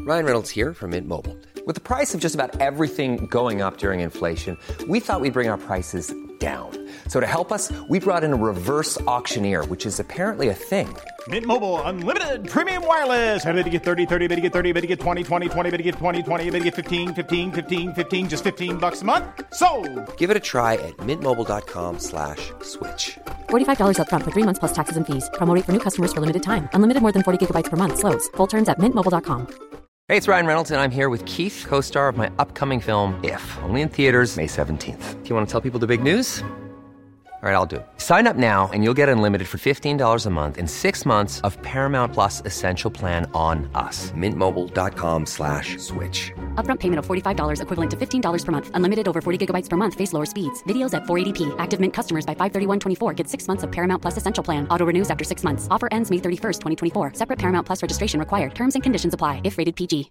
Ryan Reynolds here from Mint Mobile. With the price of just about everything going up during inflation, we thought we'd bring our prices down. So to help us, we brought in a reverse auctioneer, which is apparently a thing. Mint Mobile Unlimited Premium Wireless. How to get 30, 30, bit to get 30, bit to get 20, 20, 20, bit to get 20, 20, bit to get 15, 15, 15, 15, just $15 a month? Sold! Give it a try at mintmobile.com/switch. $45 up front for 3 months plus taxes and fees. Promo rate for new customers for limited time. Unlimited more than 40 gigabytes per month. Slows full terms at mintmobile.com. Hey, it's Ryan Reynolds, and I'm here with Keith, co-star of my upcoming film, If, only in theaters May 17th. Do you want to tell people the big news? All right, I'll do it. Sign up now and you'll get unlimited for $15 a month and 6 months of Paramount Plus Essential Plan on us. mintmobile.com/switch. Upfront payment of $45 equivalent to $15 per month. Unlimited over 40 gigabytes per month. Face lower speeds. Videos at 480p. Active Mint customers by 531.24 get 6 months of Paramount Plus Essential Plan. Auto renews after 6 months. Offer ends May 31st, 2024. Separate Paramount Plus registration required. Terms and conditions apply if rated PG.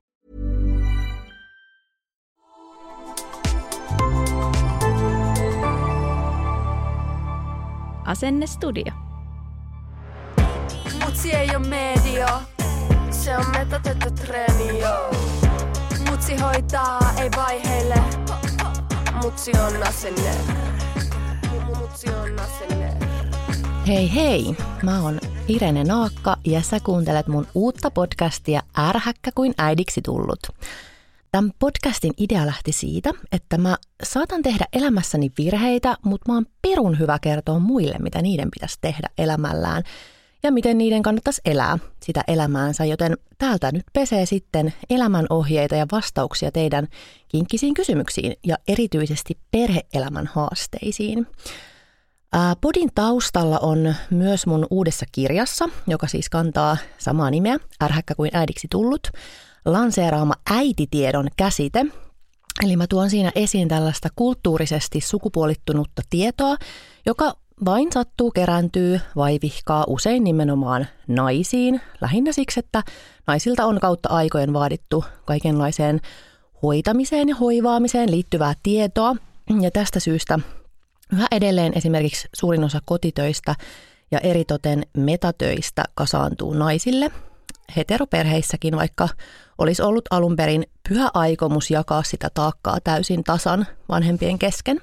Asennestudio. Mutsi ei oo medio, se on metotettu treeni. Mutsi hoitaa, ei vaiheile. Mutsi on asenne. Mutsi on asenne. Hei hei, mä oon Irene Naakka ja sä kuuntelet mun uutta podcastia Ärhäkkä kuin äidiksi tullut. Tämän podcastin idea lähti siitä, että mä saatan tehdä elämässäni virheitä, mutta mä oon pirun hyvä kertoa muille, mitä niiden pitäisi tehdä elämällään ja miten niiden kannattaisi elää sitä elämäänsä, joten täältä nyt pesee sitten elämän ohjeita ja vastauksia teidän kinkkisiin kysymyksiin ja erityisesti perhe-elämän haasteisiin. Podin taustalla on myös mun uudessa kirjassa, joka siis kantaa samaa nimeä, Ärhäkkä kuin äidiksi tullut, lanseeraama äititiedon käsite. Eli mä tuon siinä esiin tällaista kulttuurisesti sukupuolittunutta tietoa, joka vain sattuu, kerääntyy, vaivihkaa usein nimenomaan naisiin. Lähinnä siksi, että naisilta on kautta aikojen vaadittu kaikenlaiseen hoitamiseen ja hoivaamiseen liittyvää tietoa. Ja tästä syystä yhä edelleen esimerkiksi suurin osa kotitöistä ja eritoten metatöistä kasaantuu naisille. Heteroperheissäkin, vaikka olisi ollut alun perin pyhä aikomus jakaa sitä taakkaa täysin tasan vanhempien kesken.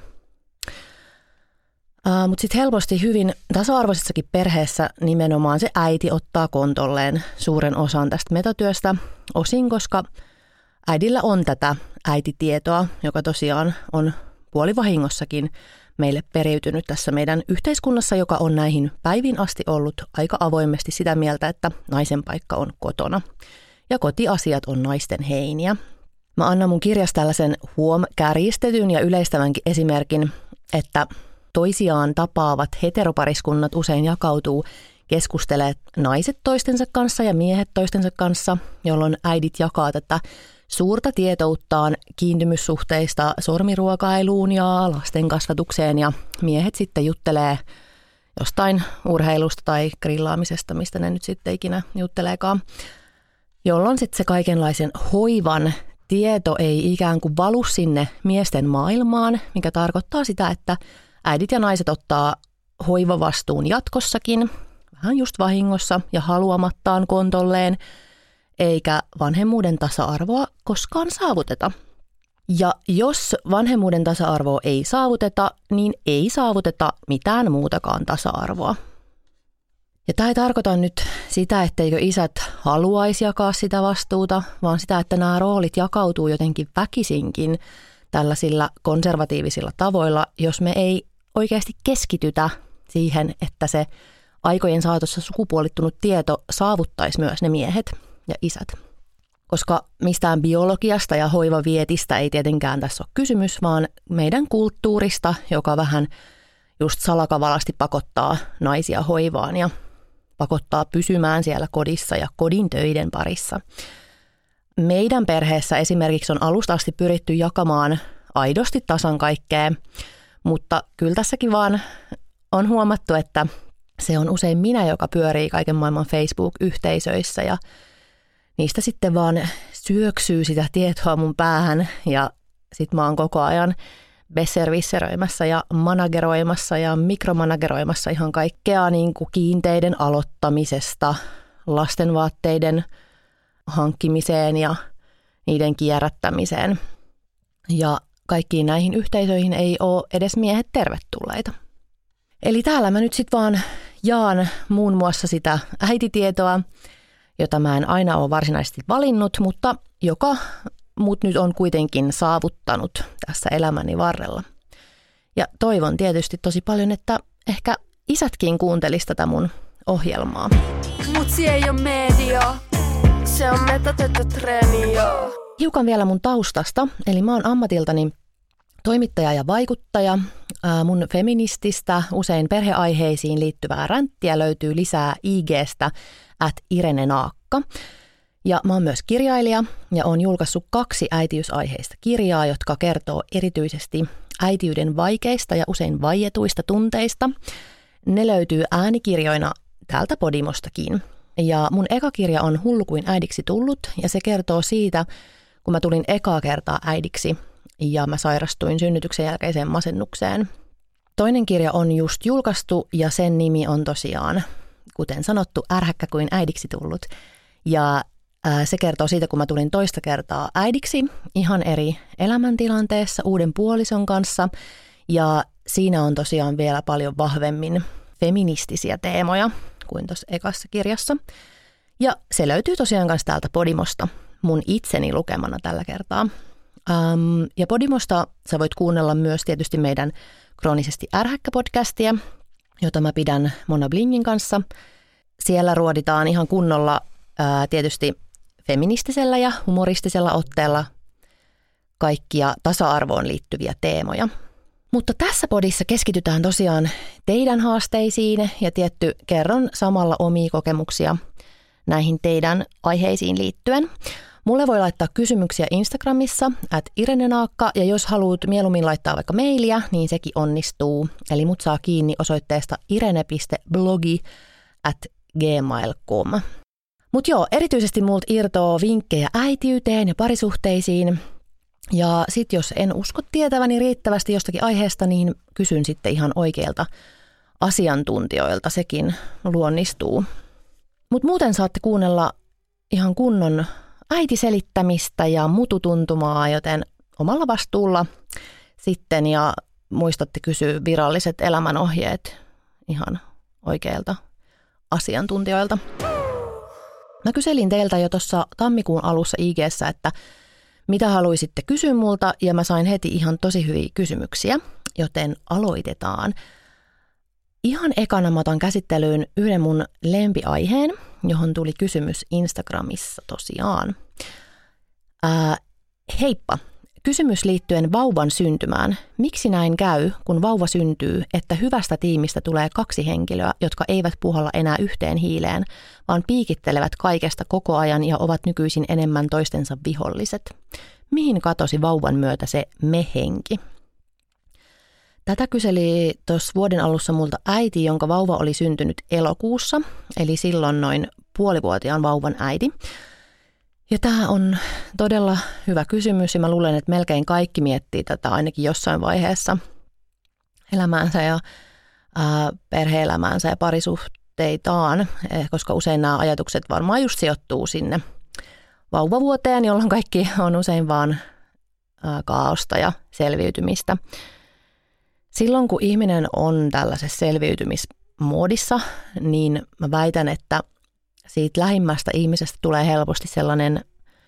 Mutta sitten helposti hyvin tasa-arvoisessakin perheessä nimenomaan se äiti ottaa kontolleen suuren osan tästä metatyöstä, osin koska äidillä on tätä äititietoa, joka tosiaan on puolivahingossakin meille periytynyt tässä meidän yhteiskunnassa, joka on näihin päiviin asti ollut aika avoimesti sitä mieltä, että naisen paikka on kotona ja kotiasiat on naisten heiniä. Mä annan mun kirjassa tällaisen kärjistetyn ja yleistävänkin esimerkin, että toisiaan tapaavat heteropariskunnat usein jakautuu keskustelemaan naiset toistensa kanssa ja miehet toistensa kanssa, jolloin äidit jakaa tätä suurta tietouttaan kiintymyssuhteista sormiruokailuun ja lasten kasvatukseen ja miehet sitten juttelee jostain urheilusta tai grillaamisesta, mistä ne nyt sitten ikinä jutteleekaan, jolloin sitten se kaikenlaisen hoivan tieto ei ikään kuin valu sinne miesten maailmaan, mikä tarkoittaa sitä, että äidit ja naiset ottaa hoivavastuun jatkossakin, vähän just vahingossa ja haluamattaan kontolleen, eikä vanhemmuuden tasa-arvoa koskaan saavuteta. Ja jos vanhemmuuden tasa-arvoa ei saavuteta, niin ei saavuteta mitään muutakaan tasa-arvoa. Ja tämä ei tarkoita nyt sitä, etteikö isät haluaisi jakaa sitä vastuuta, vaan sitä, että nämä roolit jakautuu jotenkin väkisinkin tällaisilla konservatiivisilla tavoilla, jos me ei oikeasti keskitytä siihen, että se aikojen saatossa sukupuolittunut tieto saavuttaisi myös ne miehet ja isät. Koska mistään biologiasta ja hoivavietistä ei tietenkään tässä ole kysymys, vaan meidän kulttuurista, joka vähän just salakavalasti pakottaa naisia hoivaan ja pakottaa pysymään siellä kodissa ja kodin töiden parissa. Meidän perheessä esimerkiksi on alusta asti pyritty jakamaan aidosti tasan kaikkea, mutta kyllä tässäkin vaan on huomattu, että se on usein minä, joka pyörii kaiken maailman Facebook-yhteisöissä ja niistä sitten vaan syöksyy sitä tietoa mun päähän ja sit mä oon koko ajan besservisseröimässä ja manageroimassa ja mikromanageroimassa ihan kaikkea niin kuin kiinteiden aloittamisesta, lastenvaatteiden hankkimiseen ja niiden kierrättämiseen. Ja kaikkiin näihin yhteisöihin ei ole edes miehet tervetulleita. Eli täällä mä nyt sitten vaan jaan muun muassa sitä äititietoa, jota mä en aina ole varsinaisesti valinnut, mutta joka mut nyt on kuitenkin saavuttanut tässä elämäni varrella. Ja toivon tietysti tosi paljon, että ehkä isätkin kuuntelisi tätä mun ohjelmaa. Mutsi ei ole media, se on metatettu treeni, joo. Hiukan vielä mun taustasta, eli mä oon ammatiltani toimittaja ja vaikuttaja. Mun feminististä, usein perheaiheisiin liittyvää ränttiä löytyy lisää IG:stä @IreneNaakka. Ja mä oon myös kirjailija ja oon julkaissut 2 äitiysaiheista kirjaa, jotka kertoo erityisesti äitiyden vaikeista ja usein vaietuista tunteista. Ne löytyy äänikirjoina täältä Podimostakin. Ja mun eka kirja on Hullu kuin äidiksi tullut ja se kertoo siitä, kun mä tulin ekaa kertaa äidiksi ja mä sairastuin synnytyksen jälkeiseen masennukseen. Toinen kirja on just julkaistu ja sen nimi on tosiaan, kuten sanottu, Ärhäkkä kuin äidiksi tullut. Ja se kertoo siitä, kun mä tulin toista kertaa äidiksi ihan eri elämäntilanteessa uuden puolison kanssa. Ja siinä on tosiaan vielä paljon vahvemmin feministisiä teemoja kuin tuossa ekassa kirjassa. Ja se löytyy tosiaan myös täältä Podimosta mun itseni lukemana tällä kertaa. Ja Podimosta sä voit kuunnella myös tietysti meidän Kroonisesti ärhäkkä-podcastia, jota mä pidän Mona Blingin kanssa. Siellä ruoditaan ihan kunnolla tietysti feministisellä ja humoristisella otteella kaikkia tasa-arvoon liittyviä teemoja. Mutta tässä podissa keskitytään tosiaan teidän haasteisiin ja kerron samalla omia kokemuksia näihin teidän aiheisiin liittyen. Mulle voi laittaa kysymyksiä Instagramissa @IreneNaakka ja jos haluat mieluummin laittaa vaikka mailia, niin sekin onnistuu. Eli mut saa kiinni osoitteesta irene.blogi@gmail.com. Mut joo, erityisesti multa irtoaa vinkkejä äitiyteen ja parisuhteisiin. Ja sit jos en usko tietäväni riittävästi jostakin aiheesta, niin kysyn sitten ihan oikeilta asiantuntijoilta. Sekin luonnistuu. Mut muuten saatte kuunnella ihan kunnon äitiselittämistä ja mututuntumaa, joten omalla vastuulla sitten ja muistatte kysyä viralliset elämänohjeet ihan oikeilta asiantuntijoilta. Mä kyselin teiltä jo tuossa tammikuun alussa IG:ssä, että mitä haluaisitte kysyä multa ja mä sain heti ihan tosi hyviä kysymyksiä, joten aloitetaan. Ihan ekana mä otan käsittelyyn yhden mun lempiaiheen, johon tuli kysymys Instagramissa tosiaan. Heippa! Kysymys liittyen vauvan syntymään. Miksi näin käy, kun vauva syntyy, että hyvästä tiimistä tulee 2 henkilöä, jotka eivät puhalla enää yhteen hiileen, vaan piikittelevät kaikesta koko ajan ja ovat nykyisin enemmän toistensa viholliset? Mihin katosi vauvan myötä se me-henki? Tätä kyseli tuossa vuoden alussa multa äiti, jonka vauva oli syntynyt elokuussa, eli silloin noin puolivuotiaan vauvan äiti. Ja tämä on todella hyvä kysymys ja mä luulen, että melkein kaikki miettii tätä ainakin jossain vaiheessa elämäänsä ja perhe-elämäänsä ja parisuhteitaan, koska usein nämä ajatukset varmaan just sijoittuu sinne vauvavuoteen, jolloin kaikki on usein vaan kaaosta ja selviytymistä. Silloin kun ihminen on tällaisessa selviytymismoodissa, niin mä väitän, että siitä lähimmästä ihmisestä tulee helposti sellainen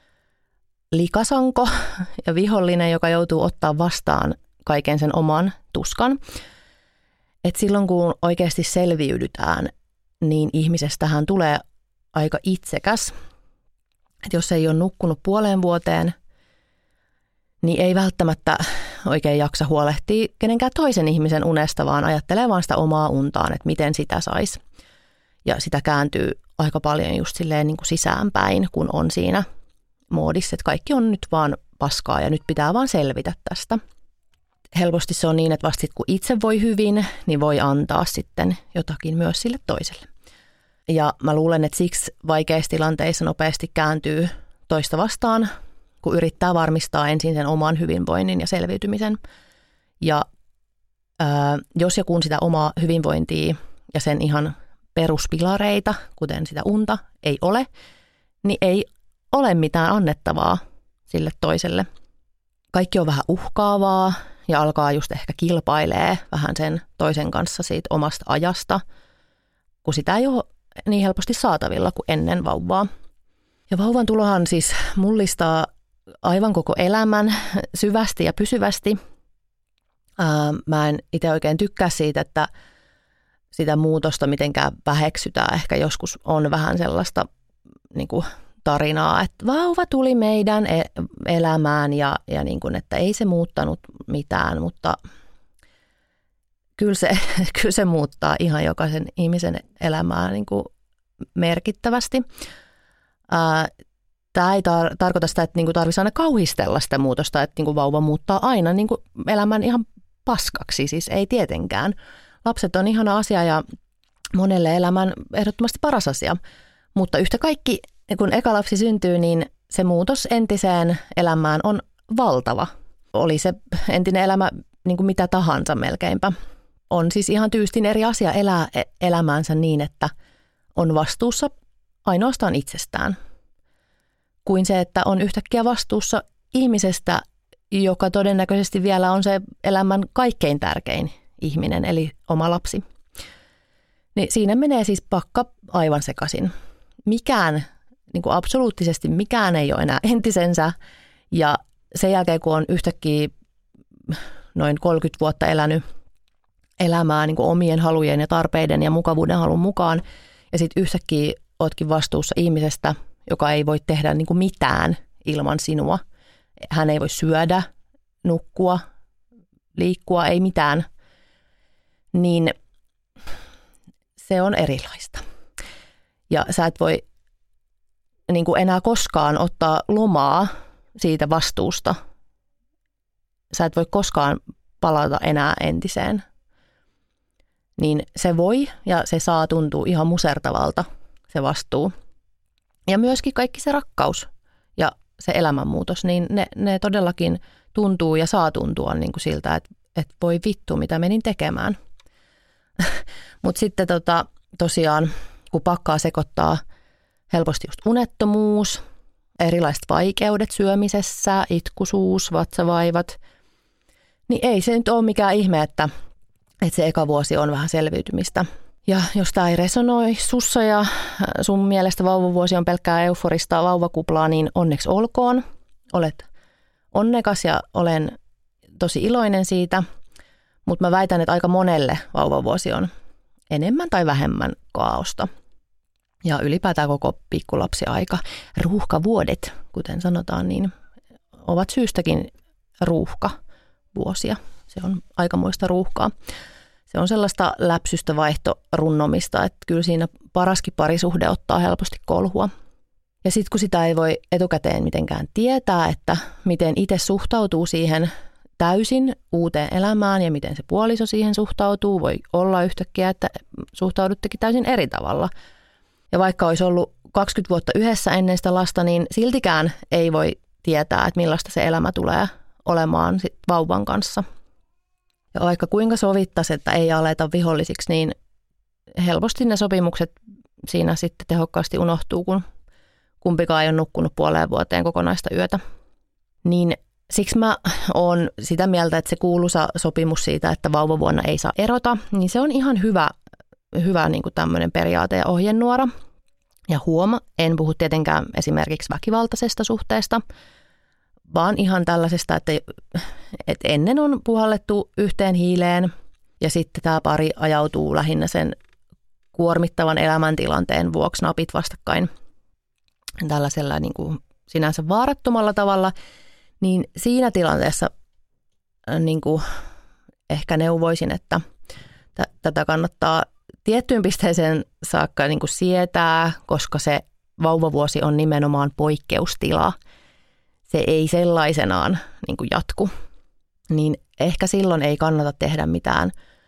likasanko ja vihollinen, joka joutuu ottaa vastaan kaiken sen oman tuskan. Et silloin kun oikeasti selviydytään, niin ihmisestähän tulee aika itsekäs. Et jos ei ole nukkunut puoleen vuoteen, niin ei välttämättä oikein jaksa huolehtia kenenkään toisen ihmisen unesta, vaan ajattelee vaan sitä omaa untaan, että miten sitä saisi. Ja sitä kääntyy aika paljon just silleen niin kuin sisäänpäin, kun on siinä moodissa, että kaikki on nyt vaan paskaa ja nyt pitää vaan selvitä tästä. Helposti se on niin, että vasta sit, kun itse voi hyvin, niin voi antaa sitten jotakin myös sille toiselle. Ja mä luulen, että siksi vaikeissa tilanteissa nopeasti kääntyy toista vastaan, kun yrittää varmistaa ensin sen oman hyvinvoinnin ja selviytymisen. Ja jos ja kun sitä omaa hyvinvointia ja sen ihan peruspilareita, kuten sitä unta, ei ole, niin ei ole mitään annettavaa sille toiselle. Kaikki on vähän uhkaavaa ja alkaa just ehkä kilpailee vähän sen toisen kanssa siitä omasta ajasta, kun sitä ei ole niin helposti saatavilla kuin ennen vauvaa. Ja vauvan tulohan siis mullistaa aivan koko elämän syvästi ja pysyvästi. Mä en itse oikein tykkää siitä, että sitä muutosta mitenkään väheksytään. Ehkä joskus on vähän sellaista niin kuin tarinaa, että vauva tuli meidän elämään ja niin kuin, että ei se muuttanut mitään, mutta kyllä se muuttaa ihan jokaisen ihmisen elämää niin kuin merkittävästi. Tämä ei tarkoita sitä, että niin kuin tarvitsisi aina kauhistella sitä muutosta, että niin kuin vauva muuttaa aina niin kuin elämän ihan paskaksi, siis ei tietenkään. Lapset on ihana asia ja monelle elämän ehdottomasti paras asia, mutta yhtä kaikki, kun eka lapsi syntyy, niin se muutos entiseen elämään on valtava. Oli se entinen elämä niin kuin mitä tahansa melkeinpä. On siis ihan tyystin eri asia elää elämäänsä niin, että on vastuussa ainoastaan itsestään, kuin se, että on yhtäkkiä vastuussa ihmisestä, joka todennäköisesti vielä on se elämän kaikkein tärkein ihminen, eli oma lapsi. Niin siinä menee siis pakka aivan sekaisin. Mikään, niin kuin absoluuttisesti mikään ei ole enää entisensä, ja sen jälkeen, kun on yhtäkkiä noin 30 vuotta elänyt elämää niin kuin omien halujen ja tarpeiden ja mukavuuden halun mukaan, ja sitten yhtäkkiä ootkin vastuussa ihmisestä, joka ei voi tehdä niin kuin mitään ilman sinua. Hän ei voi syödä, nukkua, liikkua, ei mitään. Niin se on erilaista. Ja sä et voi niin kuin enää koskaan ottaa lomaa siitä vastuusta. Sä et voi koskaan palata enää entiseen. Niin se voi ja se saa tuntua ihan musertavalta, se vastuu. Ja myöskin kaikki se rakkaus ja se elämänmuutos, niin ne todellakin tuntuu ja saa tuntua niin kuin siltä, että voi vittu, mitä menin tekemään. Mutta sitten tosiaan, kun pakkaa sekoittaa helposti just unettomuus, erilaiset vaikeudet syömisessä, itkuisuus, vatsavaivat, niin ei se nyt ole mikään ihme, että se eka vuosi on vähän selviytymistä. Ja jos tämä ei resonoi sussa ja sun mielestä vauvavuosi on pelkkää euforista vauvakuplaa, niin onneksi olkoon. Olet onnekas ja olen tosi iloinen siitä, mutta mä väitän, että aika monelle vauvavuosi on enemmän tai vähemmän kaaosta. Ja ylipäätään koko pikkulapsiaika, ruuhkavuodet, kuten sanotaan, niin ovat syystäkin ruuhkavuosia. Se on aikamoista ruuhkaa. Se on sellaista läpsystä vaihtorunnomista, että kyllä siinä paraskin parisuhde ottaa helposti kolhua. Ja sitten kun sitä ei voi etukäteen mitenkään tietää, että miten itse suhtautuu siihen täysin uuteen elämään ja miten se puoliso siihen suhtautuu, voi olla yhtäkkiä, että suhtauduttekin täysin eri tavalla. Ja vaikka olisi ollut 20 vuotta yhdessä ennen sitä lasta, niin siltikään ei voi tietää, että millaista se elämä tulee olemaan sit vauvan kanssa. Ja vaikka kuinka sovittaisi, että ei aleta vihollisiksi, niin helposti ne sopimukset siinä sitten tehokkaasti unohtuu, kun kumpikaan ei ole nukkunut puoleen vuoteen kokonaista yötä. Niin siksi mä oon sitä mieltä, että se kuuluisa sopimus siitä, että vauvavuonna ei saa erota, niin se on ihan hyvä niin kuin tämmöinen periaate ja ohjenuora. Ja en puhu tietenkään esimerkiksi väkivaltaisesta suhteesta, vaan ihan tällaisesta, että ennen on puhallettu yhteen hiileen ja sitten tämä pari ajautuu lähinnä sen kuormittavan elämäntilanteen vuoksi napit vastakkain tällaisella niin kuin sinänsä vaarattomalla tavalla, niin siinä tilanteessa niin kuin ehkä neuvoisin, että tätä kannattaa tiettyyn pisteeseen saakka niin kuin sietää, koska se vauvavuosi on nimenomaan poikkeustila. Se ei sellaisenaan niin kuin jatku, niin ehkä silloin ei kannata tehdä mitään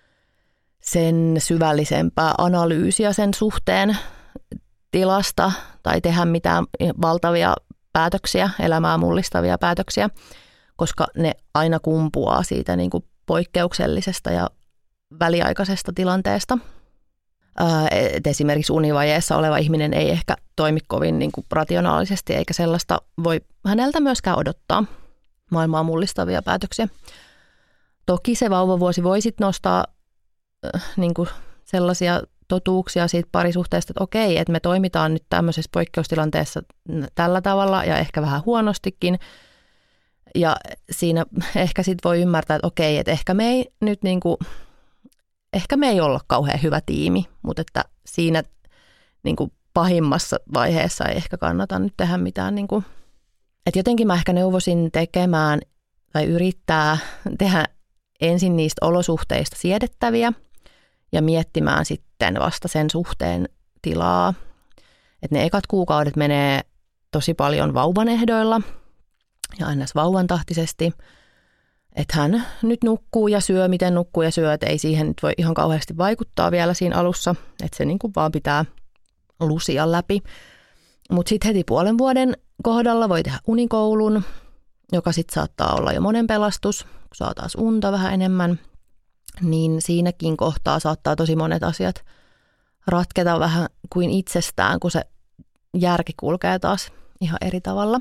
sen syvällisempää analyysiä sen suhteen tilasta tai tehdä mitään valtavia päätöksiä, elämää mullistavia päätöksiä, koska ne aina kumpuaa siitä niin kuin poikkeuksellisesta ja väliaikaisesta tilanteesta. Et esimerkiksi univajeessa oleva ihminen ei ehkä toimi kovin niin kuin rationaalisesti, eikä sellaista voi häneltä myöskään odottaa maailmaa mullistavia päätöksiä. Toki se vauvavuosi voi sitten nostaa niin kuin sellaisia totuuksia siitä parisuhteesta, että okei, että me toimitaan nyt tämmöisessä poikkeustilanteessa tällä tavalla ja ehkä vähän huonostikin. Ja siinä ehkä sitten voi ymmärtää, että okei, että ehkä me ei nyt niin kuin, ehkä me ei olla kauhean hyvä tiimi, mutta että siinä niin kuin pahimmassa vaiheessa ei ehkä kannata nyt tehdä mitään. Niin kuin, että jotenkin mä ehkä neuvosin tekemään tai yrittää tehdä ensin niistä olosuhteista siedettäviä ja miettimään sitten vasta sen suhteen tilaa. Että ne ekat kuukaudet menee tosi paljon vauvan ehdoilla ja aina vauvan tahtisesti. Että hän nyt nukkuu ja syö, miten nukkuu ja syö, että ei siihen nyt voi ihan kauheasti vaikuttaa vielä siinä alussa. Että se niin kuin vaan pitää lusia läpi. Mutta sitten heti 0,5 vuoden kohdalla voi tehdä unikoulun, joka sitten saattaa olla jo monen pelastus, kun saa taas unta vähän enemmän. Niin siinäkin kohtaa saattaa tosi monet asiat ratketa vähän kuin itsestään, kun se järki kulkee taas ihan eri tavalla.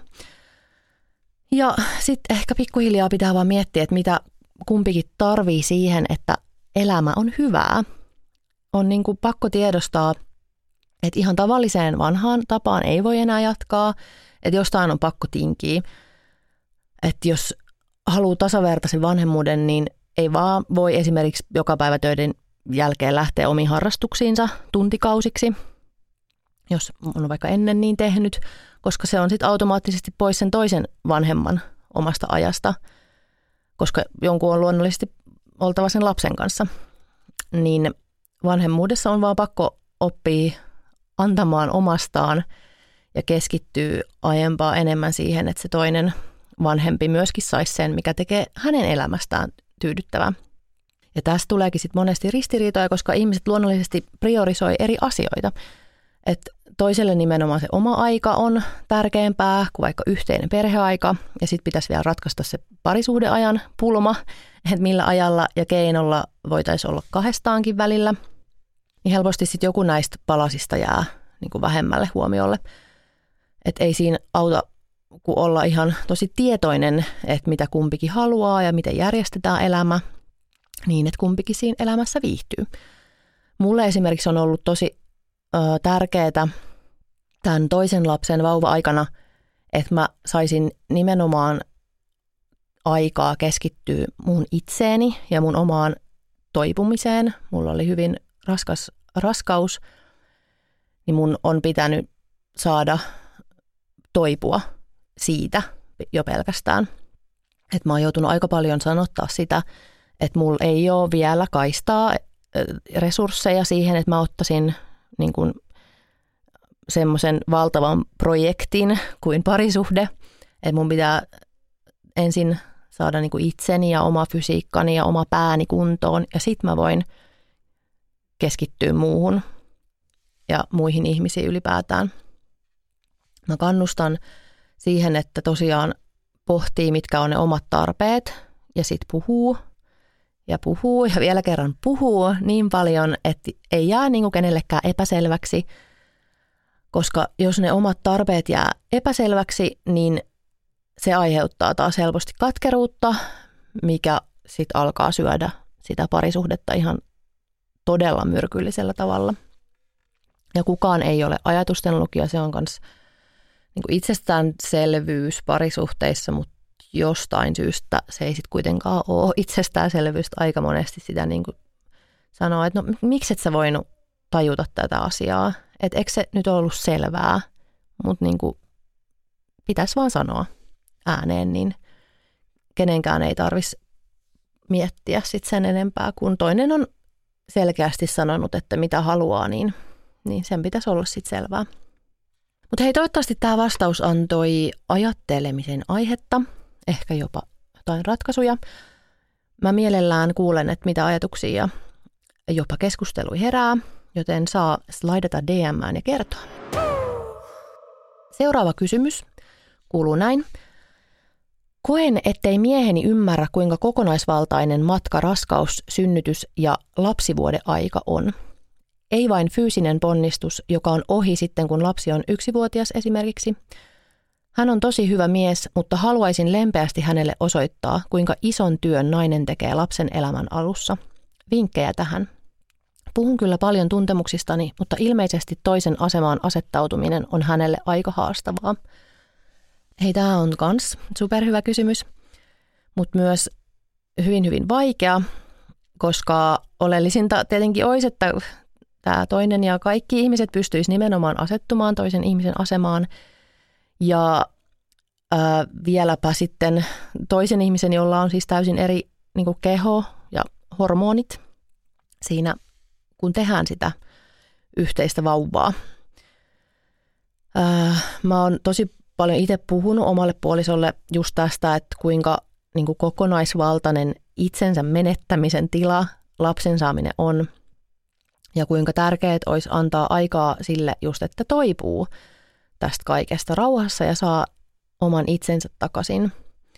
Ja sitten ehkä pikkuhiljaa pitää vaan miettiä, että mitä kumpikin tarvii siihen, että elämä on hyvää. On niin kuin pakko tiedostaa, että ihan tavalliseen vanhaan tapaan ei voi enää jatkaa, että jostain on pakko tinkiä. Että jos haluaa tasavertaisen vanhemmuuden, niin ei vaan voi esimerkiksi joka päivä töiden jälkeen lähteä omiin harrastuksiinsa tuntikausiksi, jos on vaikka ennen niin tehnyt, koska se on sitten automaattisesti pois sen toisen vanhemman omasta ajasta, koska jonkun on luonnollisesti oltava sen lapsen kanssa. Niin vanhemmuudessa on vaan pakko oppia antamaan omastaan ja keskittyy aiempaa enemmän siihen, että se toinen vanhempi myöskin saisi sen, mikä tekee hänen elämästään tyydyttävää. Ja tästä tuleekin sitten monesti ristiriitoja, koska ihmiset luonnollisesti priorisoi eri asioita. Että toiselle nimenomaan se oma aika on tärkeämpää kuin vaikka yhteinen perheaika. Ja sitten pitäisi vielä ratkaista se parisuhdeajan pulma, että millä ajalla ja keinolla voitaisiin olla kahdestaankin välillä. Niin helposti sitten joku näistä palasista jää niin kuin vähemmälle huomiolle. Että ei siinä auta kun olla ihan tosi tietoinen, että mitä kumpikin haluaa ja miten järjestetään elämä, niin että kumpikin siinä elämässä viihtyy. Mulle esimerkiksi on ollut tosi tärkeää tämän toisen lapsen vauva-aikana, että mä saisin nimenomaan aikaa keskittyä mun itseeni ja mun omaan toipumiseen. Mulla oli hyvin raskas raskaus, niin mun on pitänyt saada toipua siitä jo pelkästään. Että mä oon joutunut aika paljon sanottaa sitä, että mulla ei ole vielä kaistaa resursseja siihen, että mä ottaisin niin kuin semmoisen valtavan projektin kuin parisuhde. Että mun pitää ensin saada niin kuin itseni ja oma fysiikkani ja oma pääni kuntoon ja sit mä voin keskittyä muuhun ja muihin ihmisiin ylipäätään. Mä kannustan siihen, että tosiaan pohtii, mitkä on ne omat tarpeet ja sitten puhuu ja vielä kerran puhuu niin paljon, että ei jää niin kuin kenellekään epäselväksi, koska jos ne omat tarpeet jää epäselväksi, niin se aiheuttaa taas helposti katkeruutta, mikä sitten alkaa syödä sitä parisuhdetta ihan todella myrkyllisellä tavalla. Ja kukaan ei ole ajatusten lukija, se on myös niin kuin itsestäänselvyys parisuhteissa, mutta jostain syystä se ei sitten kuitenkaan ole itsestäänselvyystä. Aika monesti sitä niin kuin sanoo, että no miksi et sä voinut tajuta tätä asiaa, että eikö se nyt ollut selvää, mutta niin kuin pitäisi vaan sanoa ääneen, niin kenenkään ei tarvitsisi miettiä sit sen enempää, kun toinen on selkeästi sanonut, että mitä haluaa, niin sen pitäisi olla sitten selvää. Mutta hei, toivottavasti tämä vastaus antoi ajattelemisen aihetta, ehkä jopa jotain ratkaisuja. Mä mielellään kuulen, että mitä ajatuksia ja jopa keskustelui herää, joten saa slaidata DM:ään ja kertoa. Seuraava kysymys kuuluu näin. Koen, ettei mieheni ymmärrä, kuinka kokonaisvaltainen matka raskaus, synnytys ja lapsivuodeaika on. ei vain fyysinen ponnistus, joka on ohi sitten kun lapsi on 1-vuotias esimerkiksi. Hän on tosi hyvä mies, mutta haluaisin lempeästi hänelle osoittaa, kuinka ison työn nainen tekee lapsen elämän alussa. Vinkkejä tähän. Puhun kyllä paljon tuntemuksistani, mutta ilmeisesti toisen asemaan asettautuminen on hänelle aika haastavaa. Hei, tämä on kans superhyvä kysymys, mutta myös hyvin vaikea, koska oleellisinta tietenkin olisi, että tämä toinen ja kaikki ihmiset pystyisi nimenomaan asettumaan toisen ihmisen asemaan. Ja vieläpä sitten toisen ihmisen, jolla on siis täysin eri niin kuin keho ja hormonit siinä, kun tehdään sitä yhteistä vauvaa. Mä oon tosi paljon itse puhunut omalle puolisolle just tästä, että kuinka niin kuin kokonaisvaltainen itsensä menettämisen tila lapsen saaminen on ja kuinka tärkeää olisi antaa aikaa sille just, että toipuu tästä kaikesta rauhassa ja saa oman itsensä takaisin.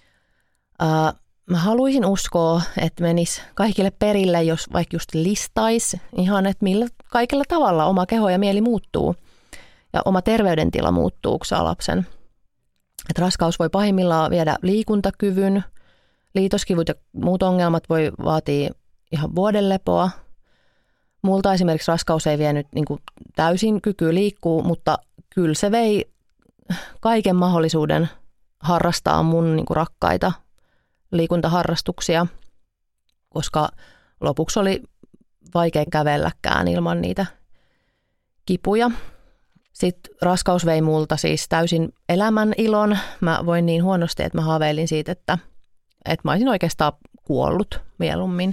Mä haluaisin uskoa, että menisi kaikille perille, jos vaikka just listaisi ihan, että millä kaikella tavalla oma keho ja mieli muuttuu ja oma terveydentila muuttuu, kun saa lapsen. Että raskaus voi pahimmillaan viedä liikuntakyvyn, liitoskivut ja muut ongelmat voi vaatia ihan vuoden lepoa. Multa esimerkiksi raskaus ei vienyt niin kuin täysin kykyä liikkuu, mutta kyllä se vei kaiken mahdollisuuden harrastaa mun niin kuin rakkaita liikuntaharrastuksia, koska lopuksi oli vaikea kävelläkään ilman niitä kipuja. Sitten raskaus vei multa siis täysin elämän ilon. Mä voin niin huonosti, että mä haaveilin siitä, että mä olisin oikeastaan kuollut mieluummin.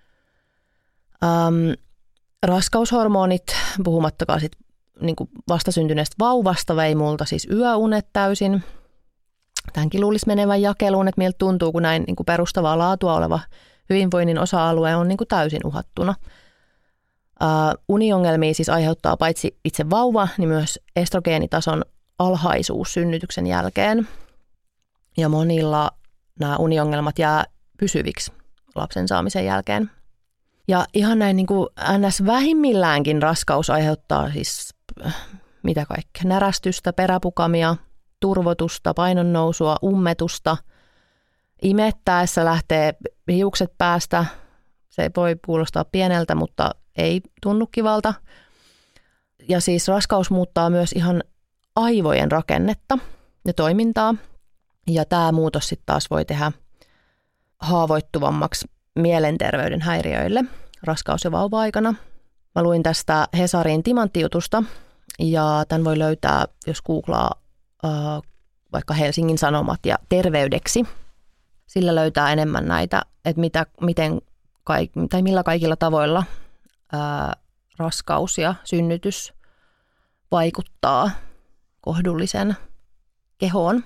Raskaushormonit, puhumattakaan sit niinku vastasyntyneestä vauvasta, vei multa siis yöunet täysin. Tämänkin luulisi menevän jakeluun, että miltä tuntuu, kun näin niinku perustavaa laatua oleva hyvinvoinnin osa-alue on niinku täysin uhattuna. Uniongelmia siis aiheuttaa paitsi itse vauva, niin myös estrogeenitason alhaisuus synnytyksen jälkeen. Ja monilla nämä uniongelmat jää pysyviksi lapsen saamisen jälkeen. Ja ihan näin niin kuin NS-vähimmilläänkin raskaus aiheuttaa siis mitä kaikkea. Närästystä, peräpukamia, turvotusta, painonnousua, ummetusta. Imettäessä lähtee hiukset päästä. Se voi kuulostaa pieneltä, mutta ei tunnu kivalta. Ja siis raskaus muuttaa myös ihan aivojen rakennetta ja toimintaa. Ja tämä muutos sitten taas voi tehdä haavoittuvammaksi mielenterveyden häiriöille raskaus- ja vauva-aikana. Mä luin tästä Hesarin timanttijutusta ja tämän voi löytää, jos googlaa vaikka Helsingin Sanomat ja terveydeksi. Sillä löytää enemmän näitä, että millä kaikilla tavoilla raskaus ja synnytys vaikuttaa kohdullisen kehoon.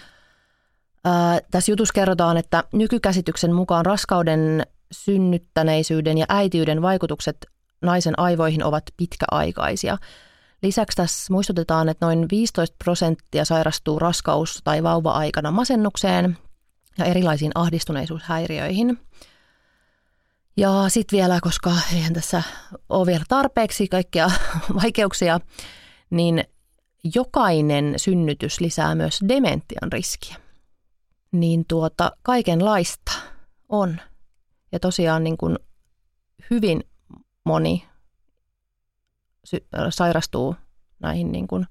Tässä jutussa kerrotaan, että nykykäsityksen mukaan raskauden, synnyttäneisyyden ja äitiyden vaikutukset naisen aivoihin ovat pitkäaikaisia. Lisäksi tässä muistutetaan, että noin 15% sairastuu raskaus- tai vauva-aikana masennukseen ja erilaisiin ahdistuneisuushäiriöihin. Ja sitten vielä, koska eihän tässä ole vielä tarpeeksi kaikkia vaikeuksia, niin jokainen synnytys lisää myös dementian riskiä. Niin kaikenlaista on. Ja tosiaan niin kuin hyvin moni sairastuu näihin niin kuin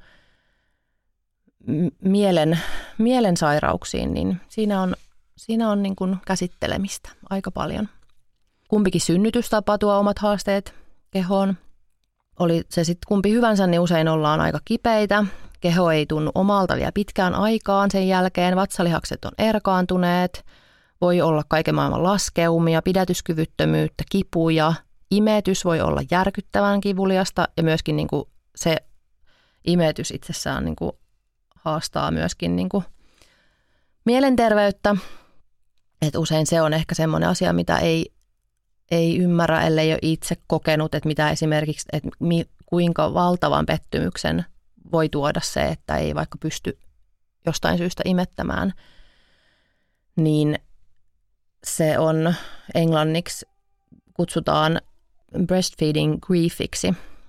mielen sairauksiin, niin siinä on niin kuin käsittelemistä aika paljon. Kumpikin synnytystapa tuo omat haasteet kehoon. Oli se sitten kumpi hyvänsä, niin usein ollaan aika kipeitä. Keho ei tunnu omalta vielä pitkään aikaan sen jälkeen. Vatsalihakset on erkaantuneet. Voi olla kaiken maailman laskeumia, pidätyskyvyttömyyttä, kipuja. Imetys voi olla järkyttävän kivuliasta ja myöskin niin kuin se imetys itsessään niin kuin haastaa myöskin niin kuin mielenterveyttä. Et usein se on ehkä semmoinen asia, mitä ei ymmärrä, ellei ole itse kokenut, että mitä esimerkiksi, että kuinka valtavan pettymyksen voi tuoda se, että ei vaikka pysty jostain syystä imettämään, niin se on englanniksi kutsutaan breastfeeding griefiksi,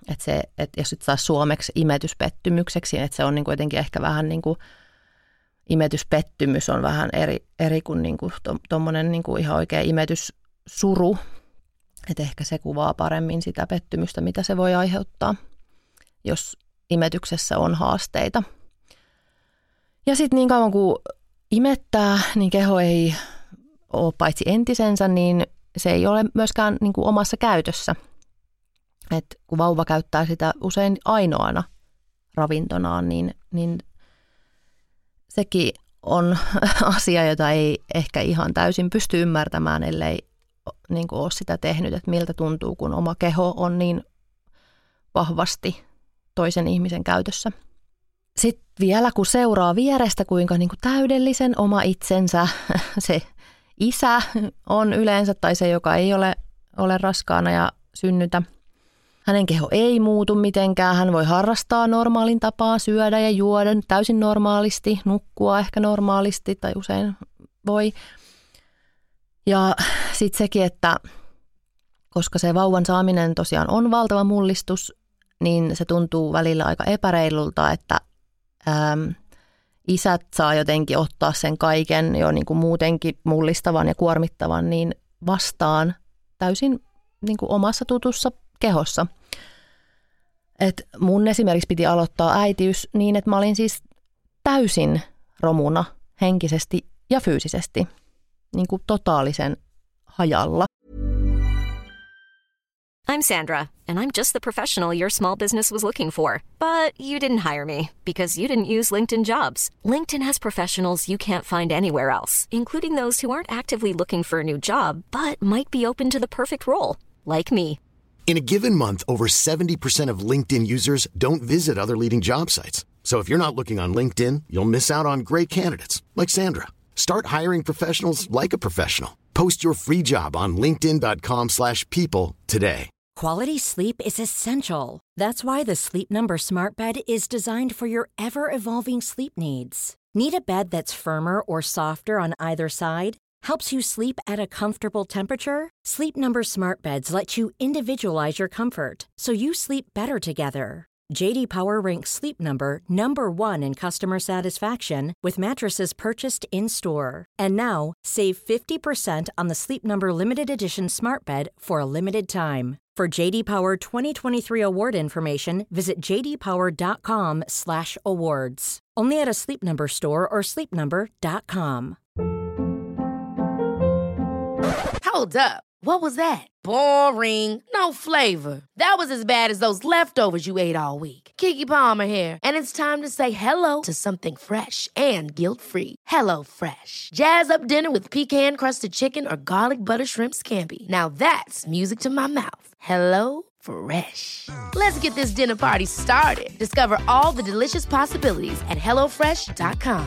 Että jos sit saa suomeksi imetyspettymykseksi, että se on niin kuin jotenkin ehkä vähän niin kuin imetyspettymys on vähän eri kuin, tuommoinen niin kuin ihan oikea imetyssuru. Että ehkä se kuvaa paremmin sitä pettymystä, mitä se voi aiheuttaa, jos imetyksessä on haasteita. Ja sitten niin kauan kuin imettää, niin keho ei ole paitsi entisensä, niin se ei ole myöskään niin kuin omassa käytössä. Et kun vauva käyttää sitä usein ainoana ravintonaan, niin sekin on asia, jota ei ehkä ihan täysin pysty ymmärtämään, ellei niin kuin ole sitä tehnyt, että miltä tuntuu, kun oma keho on niin vahvasti toisen ihmisen käytössä. Sitten vielä kun seuraa vierestä, kuinka niin kuin täydellisen oma itsensä se isä on yleensä, tai se, joka ei ole raskaana ja synnytä. Hänen keho ei muutu mitenkään, hän voi harrastaa normaalin tapaa, syödä ja juoda täysin normaalisti, nukkua ehkä normaalisti tai usein voi. Ja sitten sekin, että koska se vauvan saaminen tosiaan on valtava mullistus, niin se tuntuu välillä aika epäreilulta, että isät saa jotenkin ottaa sen kaiken jo niin kuin muutenkin mullistavan ja kuormittavan niin vastaan täysin niin kuin omassa tutussa kehossa. Et mun esimerkiksi piti aloittaa äitiys niin, että mä olin siis täysin romuna henkisesti ja fyysisesti, niin kuin totaalisen hajalla. I'm Sandra, and I'm just the professional your small business was looking for. But you didn't hire me because you didn't use LinkedIn Jobs. LinkedIn has professionals you can't find anywhere else, including those who aren't actively looking for a new job, but might be open to the perfect role, like me. In a given month, over 70% of LinkedIn users don't visit other leading job sites. So if you're not looking on LinkedIn, you'll miss out on great candidates like Sandra. Start hiring professionals like a professional. Post your free job on linkedin.com/people today. Quality sleep is essential. That's why the Sleep Number Smart Bed is designed for your ever-evolving sleep needs. Need a bed that's firmer or softer on either side? Helps you sleep at a comfortable temperature? Sleep Number Smart Beds let you individualize your comfort, so you sleep better together. J.D. Power ranks Sleep Number #1 in customer satisfaction with mattresses purchased in-store. And now, save 50% on the Sleep Number Limited Edition Smart Bed for a limited time. For J.D. Power 2023 award information, visit jdpower.com/awards. Only at a Sleep Number store or sleepnumber.com. Hold up. What was that? Boring. No flavor. That was as bad as those leftovers you ate all week. Keke Palmer here, and it's time to say hello to something fresh and guilt-free. Hello Fresh. Jazz up dinner with pecan-crusted chicken or garlic butter shrimp scampi. Now that's music to my mouth. Hello Fresh. Let's get this dinner party started. Discover all the delicious possibilities at hellofresh.com.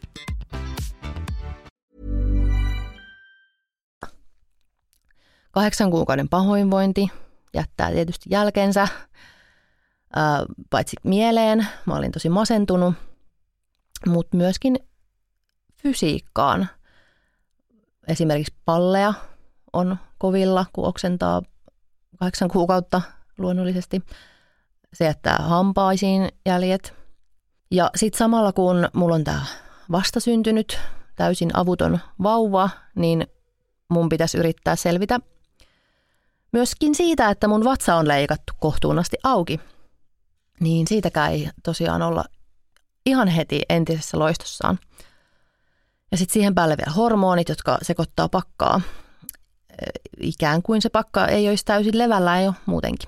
Kahdeksan kuukauden pahoinvointi jättää tietysti jälkensä, paitsi mieleen. Mä olin tosi masentunut, mutta myöskin fysiikkaan. Esimerkiksi palleja on kovilla, kun oksentaa 8 kuukautta luonnollisesti. Se jättää hampaisiin jäljet. Ja sitten samalla kun mulla on tämä vastasyntynyt, täysin avuton vauva, niin mun pitäisi yrittää selvitä myöskin siitä, että mun vatsa on leikattu kohtuun asti auki. Niin siitäkään ei tosiaan olla ihan heti entisessä loistossaan. Ja sitten siihen päälle vielä hormonit, jotka sekoittaa pakkaa. Ikään kuin se pakka ei olisi täysin levällään jo muutenkin.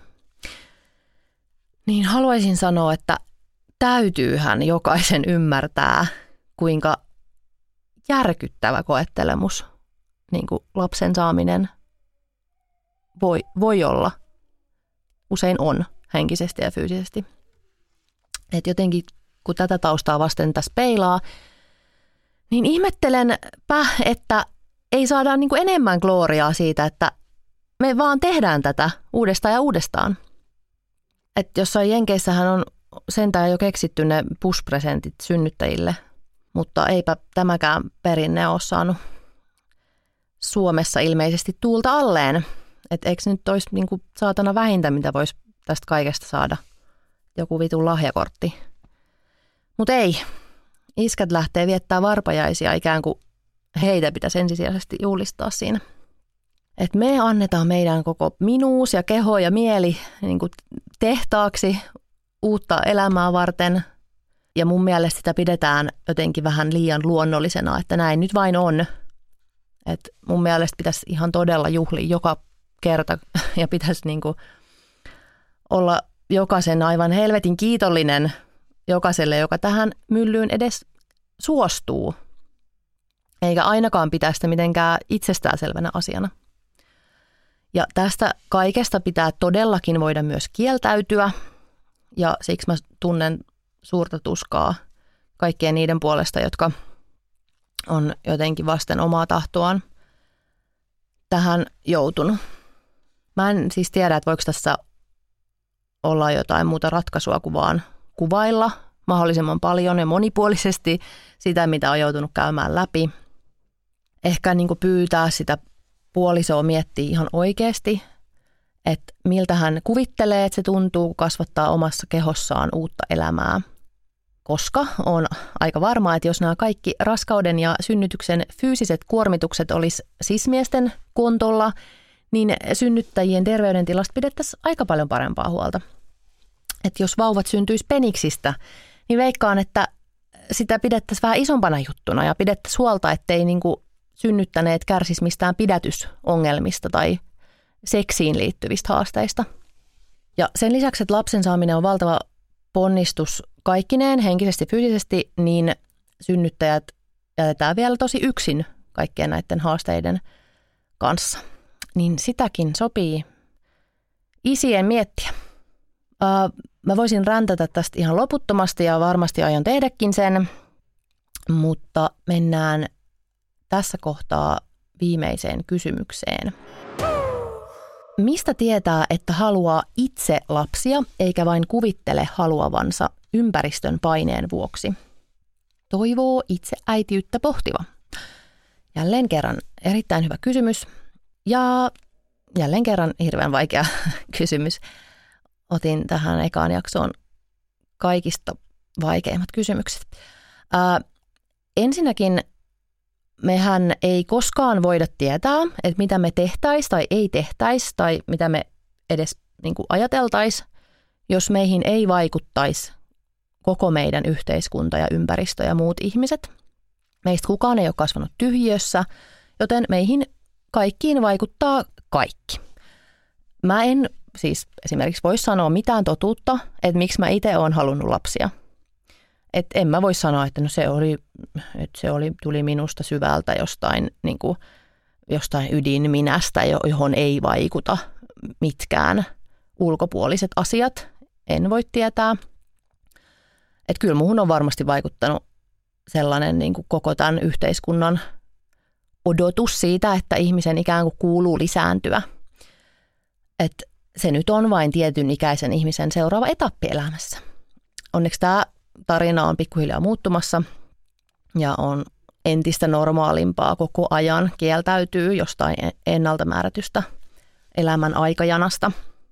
Niin haluaisin sanoa, että täytyyhän jokaisen ymmärtää, kuinka järkyttävä koettelemus niin kuin lapsen saaminen voi olla, usein on henkisesti ja fyysisesti. Et jotenkin kun tätä taustaa vasten tässä peilaa, niin ihmettelenpä, että ei saada niin kuin enemmän glooriaa siitä, että me vaan tehdään tätä uudestaan ja uudestaan. Että jossain Jenkeissähän on sentään jo keksitty ne push-presentit synnyttäjille, mutta eipä tämäkään perinne ole saanut Suomessa ilmeisesti tuulta alleen. Että eikö nyt olisi niin kuin saatana vähintä, mitä voisi tästä kaikesta saada joku vitun lahjakortti. Mutta ei. Iskät lähtee viettää varpajaisia ikään kuin heitä pitäisi ensisijaisesti juhlistaa siinä. Et me annetaan meidän koko minuus ja keho ja mieli niin kuin tehtaaksi uutta elämää varten. Ja mun mielestä sitä pidetään jotenkin vähän liian luonnollisena, että näin nyt vain on. Et mun mielestä pitäisi ihan todella juhlia joka kerta ja pitäisi niin kuin olla jokaisen aivan helvetin kiitollinen jokaiselle, joka tähän myllyyn edes suostuu. Eikä ainakaan pitää sitä mitenkään itsestäänselvänä asiana. Ja tästä kaikesta pitää todellakin voida myös kieltäytyä. Ja siksi mä tunnen suurta tuskaa kaikkien niiden puolesta, jotka on jotenkin vasten omaa tahtoaan tähän joutunut. Mä en siis tiedä, että voiko tässä olla jotain muuta ratkaisua kuin vaan kuvailla mahdollisimman paljon ja monipuolisesti sitä, mitä on joutunut käymään läpi. Ehkä niin kuin pyytää sitä puolisoa miettiä ihan oikeasti, että miltä hän kuvittelee, että se tuntuu, kun kasvattaa omassa kehossaan uutta elämää. Koska on aika varmaa, että jos nämä kaikki raskauden ja synnytyksen fyysiset kuormitukset olisi sismiesten kontolla, niin synnyttäjien terveydentilasta pidettäisiin aika paljon parempaa huolta. Että jos vauvat syntyisi peniksistä, niin veikkaan, että sitä pidettäisiin vähän isompana juttuna ja pidettäisiin huolta, ettei niinku synnyttäneet kärsisi mistään pidätysongelmista tai seksiin liittyvistä haasteista. Ja sen lisäksi, että lapsen saaminen on valtava ponnistus kaikkineen henkisesti, fyysisesti, niin synnyttäjät jätetään vielä tosi yksin kaikkien näiden haasteiden kanssa. Niin sitäkin sopii isien miettiä. Mä voisin räntätä tästä ihan loputtomasti ja varmasti aion tehdäkin sen, mutta mennään tässä kohtaa viimeiseen kysymykseen. Mistä tietää, että haluaa itse lapsia eikä vain kuvittele haluavansa ympäristön paineen vuoksi? Toivoo itse äitiyttä pohtiva. Jälleen kerran erittäin hyvä kysymys ja jälleen kerran hirveän vaikea kysymys. Otin tähän ekaan jaksoon kaikista vaikeimmat kysymykset. Ensinnäkin mehän ei koskaan voida tietää, että mitä me tehtäisiin tai ei tehtäisi tai mitä me edes niin kuin ajateltaisiin, jos meihin ei vaikuttaisi koko meidän yhteiskunta ja ympäristö ja muut ihmiset. Meistä kukaan ei ole kasvanut tyhjiössä, joten meihin kaikkiin vaikuttaa kaikki. Mä en siis esimerkiksi voi sanoa mitään totuutta, että miksi mä itse olen halunnut lapsia. Että en mä voi sanoa, että no tuli minusta syvältä jostain, niin kuin, jostain ydinminästä, johon ei vaikuta mitkään ulkopuoliset asiat. En voi tietää. Että kyllä muhun on varmasti vaikuttanut sellainen niin kuin koko tämän yhteiskunnan odotus siitä, että ihmisen ikään kuin kuuluu lisääntyä. Että se nyt on vain tietyn ikäisen ihmisen seuraava etappi elämässä. Onneksi tämä tarina on pikkuhiljaa muuttumassa ja on entistä normaalimpaa koko ajan kieltäytyy jostain ennalta määrätystä elämän aikajanasta.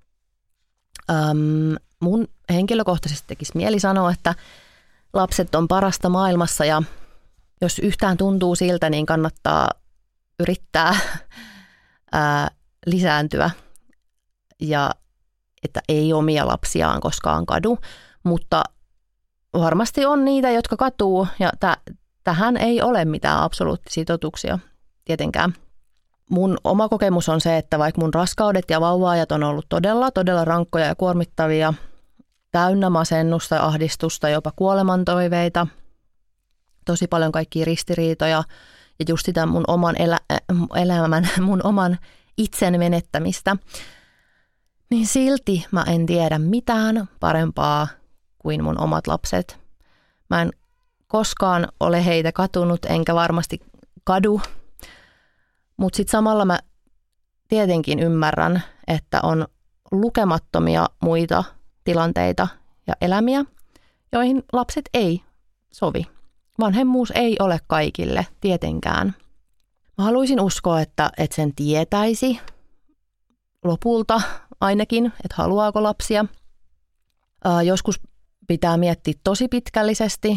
Mun henkilökohtaisesti tekisi mieli sanoa, että lapset on parasta maailmassa ja jos yhtään tuntuu siltä, niin kannattaa yrittää lisääntyä ja että ei omia lapsiaan koskaan kadu, mutta varmasti on niitä, jotka katuu ja tähän ei ole mitään absoluuttisia totuuksia tietenkään. Mun oma kokemus on se, että vaikka mun raskaudet ja vauva-ajat on ollut todella rankkoja ja kuormittavia, täynnä masennusta, ahdistusta, jopa kuolemantoiveita, tosi paljon kaikkia ristiriitoja ja just sitä mun oman elämän, mun oman itsen menettämistä, niin silti mä en tiedä mitään parempaa kuin mun omat lapset. Mä en koskaan ole heitä katunut, enkä varmasti kadu, mutta sitten samalla mä tietenkin ymmärrän, että on lukemattomia muita tilanteita ja elämiä, joihin lapset ei sovi. Vanhemmuus ei ole kaikille tietenkään. Mä haluaisin uskoa, että sen tietäisi lopulta ainakin, että haluaako lapsia. Joskus pitää miettiä tosi pitkällisesti.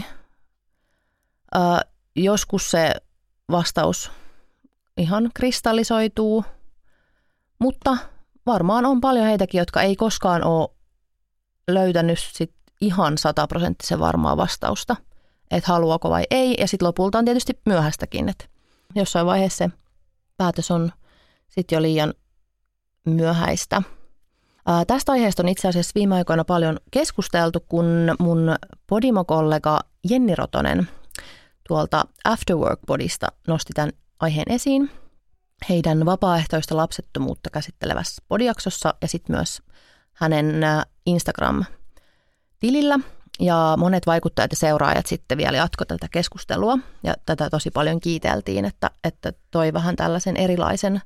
Joskus se vastaus ihan kristallisoituu, mutta varmaan on paljon heitäkin, jotka ei koskaan ole löytänyt sit ihan 100% varmaa vastausta, että haluaako vai ei. Ja sitten lopulta on tietysti myöhäistäkin, että jossain vaiheessa se päätös on sitten jo liian myöhäistä. Tästä aiheesta on itse asiassa viime aikoina paljon keskusteltu, kun mun Podimo-kollega Jenni Rotonen tuolta Afterwork-podista nosti tämän aiheen esiin heidän vapaaehtoista lapsettomuutta käsittelevässä podijaksossa ja sitten myös hänen Instagram-tilillä. Ja monet vaikuttajat ja seuraajat sitten vielä jatkoi tätä keskustelua ja tätä tosi paljon kiiteltiin, että toi vähän tällaisen erilaisen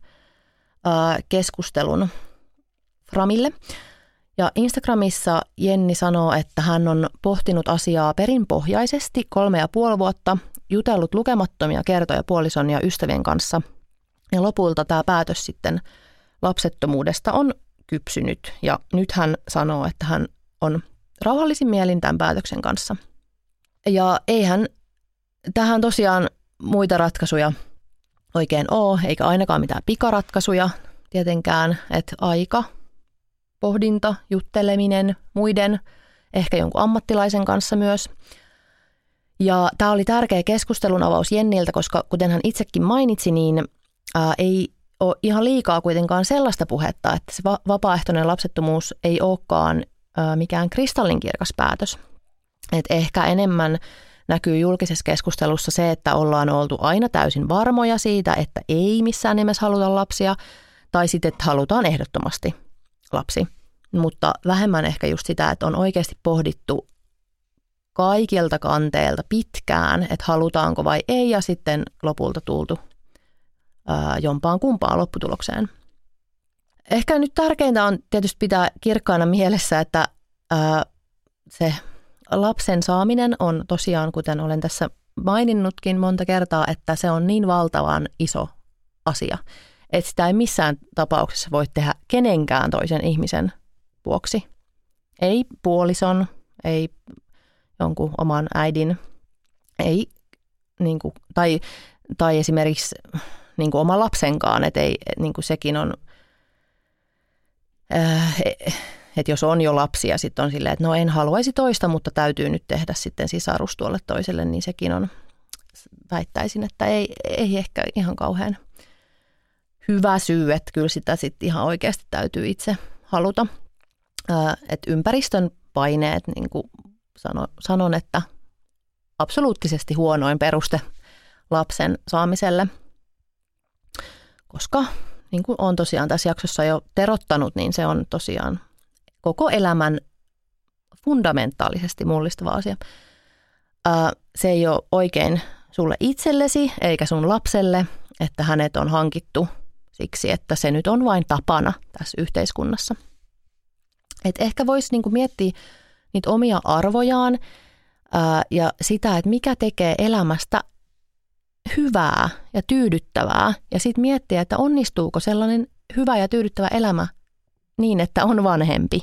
keskustelun framille. Ja Instagramissa Jenni sanoo, että hän on pohtinut asiaa perinpohjaisesti 3,5 vuotta, jutellut lukemattomia kertoja puolison ja ystävien kanssa. Ja lopulta tämä päätös sitten lapsettomuudesta on kypsynyt. Ja nyt hän sanoo, että hän on rauhallisin mielin tämän päätöksen kanssa. Ja eihän tähän tosiaan muita ratkaisuja oikein ole, eikä ainakaan mitään pikaratkaisuja tietenkään, että aika, pohdinta, jutteleminen muiden, ehkä jonkun ammattilaisen kanssa myös. Ja tämä oli tärkeä keskustelun avaus Jenniltä, koska kuten hän itsekin mainitsi, niin ei ole ihan liikaa kuitenkaan sellaista puhetta, että se vapaaehtoinen lapsettomuus ei olekaan mikään kristallinkirkas päätös. Et ehkä enemmän näkyy julkisessa keskustelussa se, että ollaan oltu aina täysin varmoja siitä, että ei missään nimessä haluta lapsia, tai sitten, että halutaan ehdottomasti lapsi. Mutta vähemmän ehkä just sitä, että on oikeasti pohdittu kaikilta kanteilta pitkään, että halutaanko vai ei, ja sitten lopulta tultu jompaan kumpaan lopputulokseen. Ehkä nyt tärkeintä on tietysti pitää kirkkaana mielessä, että se lapsen saaminen on tosiaan, kuten olen tässä maininnutkin monta kertaa, että se on niin valtavan iso asia, että sitä ei missään tapauksessa voi tehdä kenenkään toisen ihmisen vuoksi. Ei puolison, ei jonkun oman äidin, ei, niin kuin, tai esimerkiksi niin kuin oman lapsenkaan, että ei, niin kuin sekin on, että jos on jo lapsia, sitten on silleen, että no en haluaisi toista, mutta täytyy nyt tehdä sitten sisarus tuolle toiselle, niin sekin on, väittäisin, että ei ehkä ihan kauhean hyvä syy, että kyllä sitä sitten ihan oikeasti täytyy itse haluta. Että ympäristön paineet, niin kuin sanon, että absoluuttisesti huonoin peruste lapsen saamiselle, koska niin kuin olen tosiaan tässä jaksossa jo terottanut, niin se on tosiaan koko elämän fundamentaalisesti mullistava asia. Se ei ole oikein sulle itsellesi eikä sun lapselle, että hänet on hankittu siksi, että se nyt on vain tapana tässä yhteiskunnassa. Et ehkä voisi niinku miettiä niitä omia arvojaan ja sitä, että mikä tekee elämästä hyvää ja tyydyttävää. Ja sitten miettiä, että onnistuuko sellainen hyvä ja tyydyttävä elämä niin, että on vanhempi.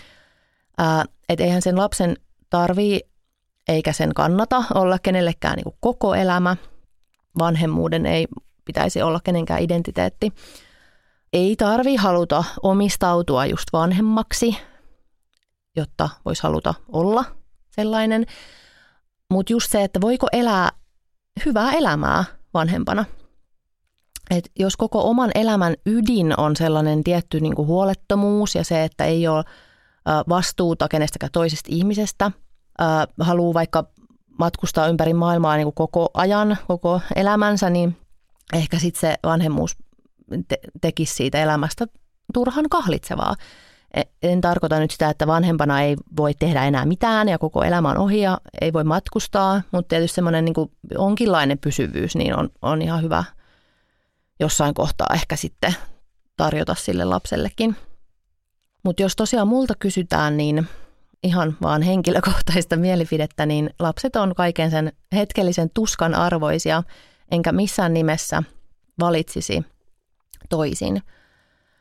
Että eihän sen lapsen tarvii eikä sen kannata olla kenellekään niinku koko elämä. Vanhemmuuden ei pitäisi olla kenenkään identiteetti. Ei tarvii haluta omistautua just vanhemmaksi, jotta voisi haluta olla sellainen. Mutta just se, että voiko elää hyvää elämää vanhempana. Et jos koko oman elämän ydin on sellainen tietty niinku huolettomuus ja se, että ei ole vastuuta kenestäkään toisesta ihmisestä, haluaa vaikka matkustaa ympäri maailmaa niinku koko ajan, koko elämänsä, niin ehkä sitten se vanhemmuus tekisi siitä elämästä turhan kahlitsevaa. En tarkoita nyt sitä, että vanhempana ei voi tehdä enää mitään ja koko elämä on ohi ja ei voi matkustaa, mutta tietysti semmoinen niin kuin onkinlainen pysyvyys niin on ihan hyvä jossain kohtaa ehkä sitten tarjota sille lapsellekin. Mutta jos tosiaan multa kysytään, niin ihan vaan henkilökohtaista mielipidettä, niin lapset on kaiken sen hetkellisen tuskan arvoisia, enkä missään nimessä valitsisi toisin.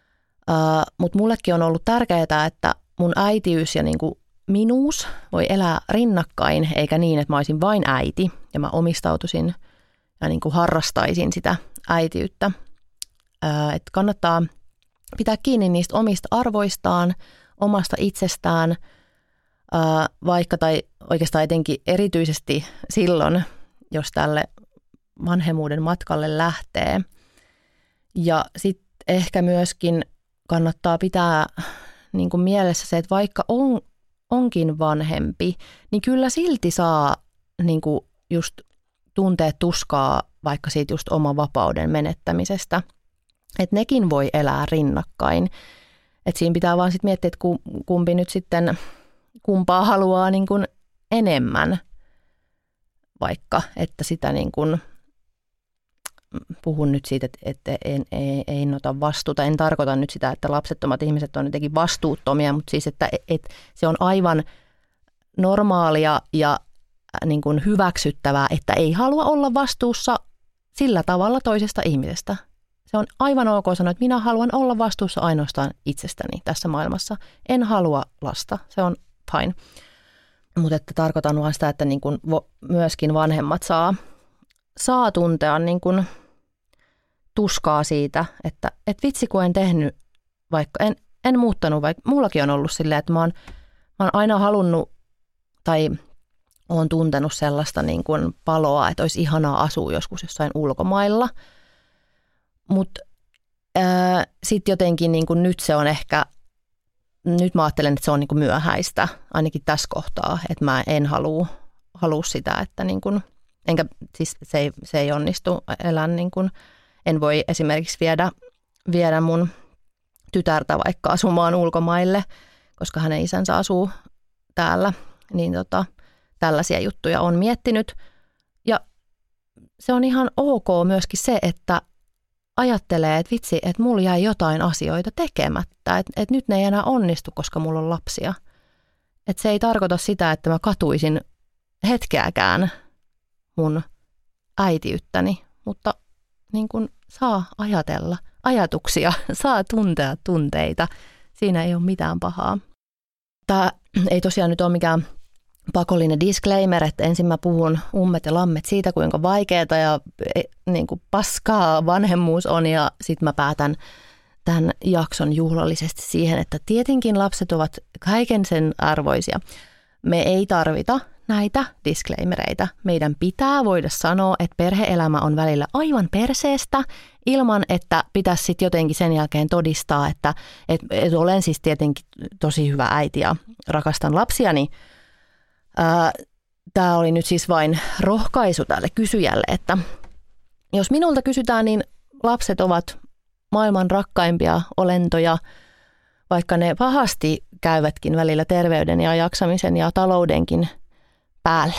Mutta mullekin on ollut tärkeää, että mun äitiys ja niin kuin minuus voi elää rinnakkain, eikä niin, että mä olisin vain äiti ja mä omistautuisin ja niin kuin harrastaisin sitä äitiyttä. Että kannattaa pitää kiinni niistä omista arvoistaan, omasta itsestään, vaikka tai oikeastaan etenkin erityisesti silloin, jos tälle vanhemmuuden matkalle lähtee. Ja sitten ehkä myöskin kannattaa pitää niin kuin mielessä se, että vaikka onkin vanhempi, niin kyllä silti saa niin kuin just tuntea tuskaa vaikka siitä just oman vapauden menettämisestä. Että nekin voi elää rinnakkain. Että siinä pitää vaan sitten miettiä, että kumpi nyt sitten kumpaa haluaa niin kuin enemmän, vaikka että sitä niin kuin puhun nyt siitä, että en ota vastuuta. En tarkoita nyt sitä, että lapsettomat ihmiset on jotenkin vastuuttomia, mutta siis, että se on aivan normaalia ja niin kuin hyväksyttävää, että ei halua olla vastuussa sillä tavalla toisesta ihmisestä. Se on aivan ok sanoa, että minä haluan olla vastuussa ainoastaan itsestäni tässä maailmassa. En halua lasta, se on fine. Mutta että tarkoitan vaan sitä, että niin kuin myöskin vanhemmat saa tuntea niin kuin tuskaa siitä, että vitsi kun en tehnyt, vaikka en muuttanut, vaikka mullakin on ollut silleen, että mä oon aina halunnut tai oon tuntenut sellaista niin kuin paloa, että olisi ihanaa asua joskus jossain ulkomailla. Mutta sitten jotenkin niin kuin nyt se on ehkä, nyt mä ajattelen, että se on niin kuin myöhäistä, ainakin tässä kohtaa, että mä en halua sitä, että niin kuin, enkä siis se ei onnistu elän niin kuin, en voi esimerkiksi viedä mun tytärtä vaikka asumaan ulkomaille, koska hänen isänsä asuu täällä, niin tällaisia juttuja on miettinyt. Ja se on ihan ok myöskin se, että ajattelee, että vitsi, että mulla jäi jotain asioita tekemättä, että nyt ne ei enää onnistu, koska mulla on lapsia. Että se ei tarkoita sitä, että mä katuisin hetkeäkään mun äitiyttäni, mutta niin kuin saa ajatella ajatuksia, saa tuntea tunteita. Siinä ei ole mitään pahaa. Tämä ei tosiaan nyt ole mikään pakollinen disclaimer, että ensin mä puhun ummet ja lammet siitä, kuinka vaikeaa ja niin kuin paskaa vanhemmuus on, ja sitten mä päätän tämän jakson juhlallisesti siihen, että tietenkin lapset ovat kaiken sen arvoisia. Me ei tarvita näitä disclaimereita. Meidän pitää voida sanoa, että perhe-elämä on välillä aivan perseestä, ilman että pitäisi sitten jotenkin sen jälkeen todistaa, että olen siis tietenkin tosi hyvä äiti ja rakastan lapsiani. Tämä oli nyt siis vain rohkaisu tälle kysyjälle, että jos minulta kysytään, niin lapset ovat maailman rakkaimpia olentoja, vaikka ne pahasti käyvätkin välillä terveyden ja jaksamisen ja taloudenkin päälle.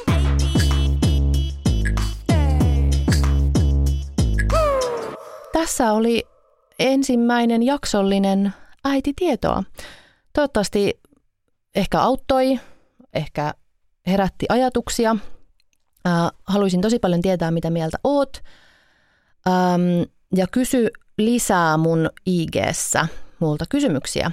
Tässä oli ensimmäinen jaksollinen äititietoa. Toivottavasti ehkä auttoi, ehkä herätti ajatuksia. Haluaisin tosi paljon tietää, mitä mieltä oot. Ja kysy lisää mun IG:ssä multa kysymyksiä.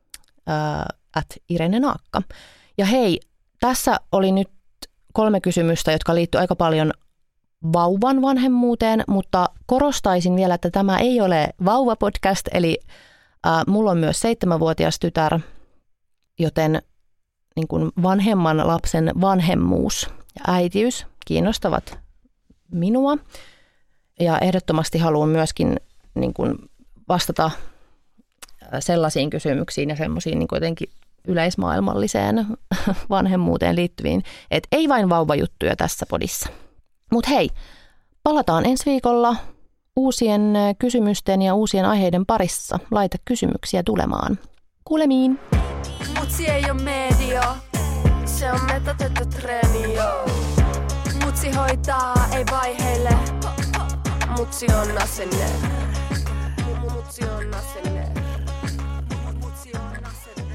@Irene Naakka. Ja hei, tässä oli nyt 3 kysymystä, jotka liittyy aika paljon vauvan vanhemmuuteen, mutta korostaisin vielä, että tämä ei ole vauvapodcast, eli mulla on myös 7-vuotias tytär, joten niin kuin vanhemman lapsen vanhemmuus ja äitiys kiinnostavat minua. Ja ehdottomasti haluan myöskin niin kuin vastata sellaisiin kysymyksiin ja semmoisiin niin kuin jotenkin yleismaailmalliseen vanhemmuuteen liittyviin, että ei vain vauvajuttuja tässä podissa. Mutta hei, palataan ensi viikolla uusien kysymysten ja uusien aiheiden parissa. Laita kysymyksiä tulemaan. Kuulemiin! Mutsi ei oo medio, se on metotettu treeni, joo. Mutsi hoitaa, ei vaiheile. Mutsi on asenne. Mutsi on asenne. Mutsi on asenne.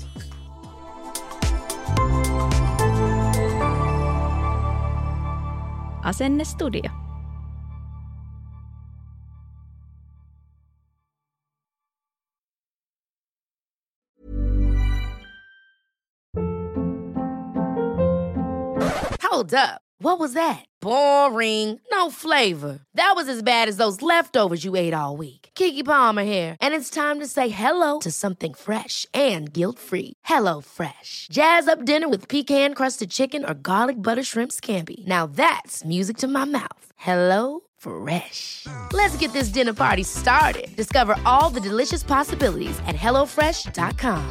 Asenne Studio. Hold up. What was that? Boring. No flavor. That was as bad as those leftovers you ate all week. Keke Palmer here, and it's time to say hello to something fresh and guilt-free. Hello Fresh. Jazz up dinner with pecan-crusted chicken or garlic butter shrimp scampi. Now that's music to my mouth. Hello Fresh. Let's get this dinner party started. Discover all the delicious possibilities at hellofresh.com.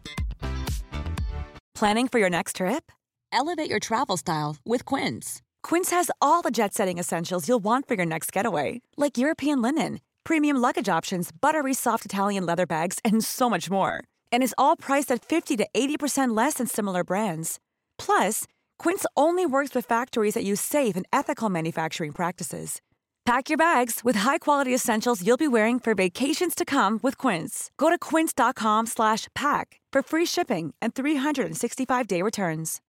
Planning for your next trip? Elevate your travel style with Quince. Quince has all the jet-setting essentials you'll want for your next getaway, like European linen, premium luggage options, buttery soft Italian leather bags, and so much more. And is all priced at 50 to 80% less than similar brands. Plus, Quince only works with factories that use safe and ethical manufacturing practices. Pack your bags with high-quality essentials you'll be wearing for vacations to come with Quince. Go to quince.com/pack for free shipping and 365-day returns.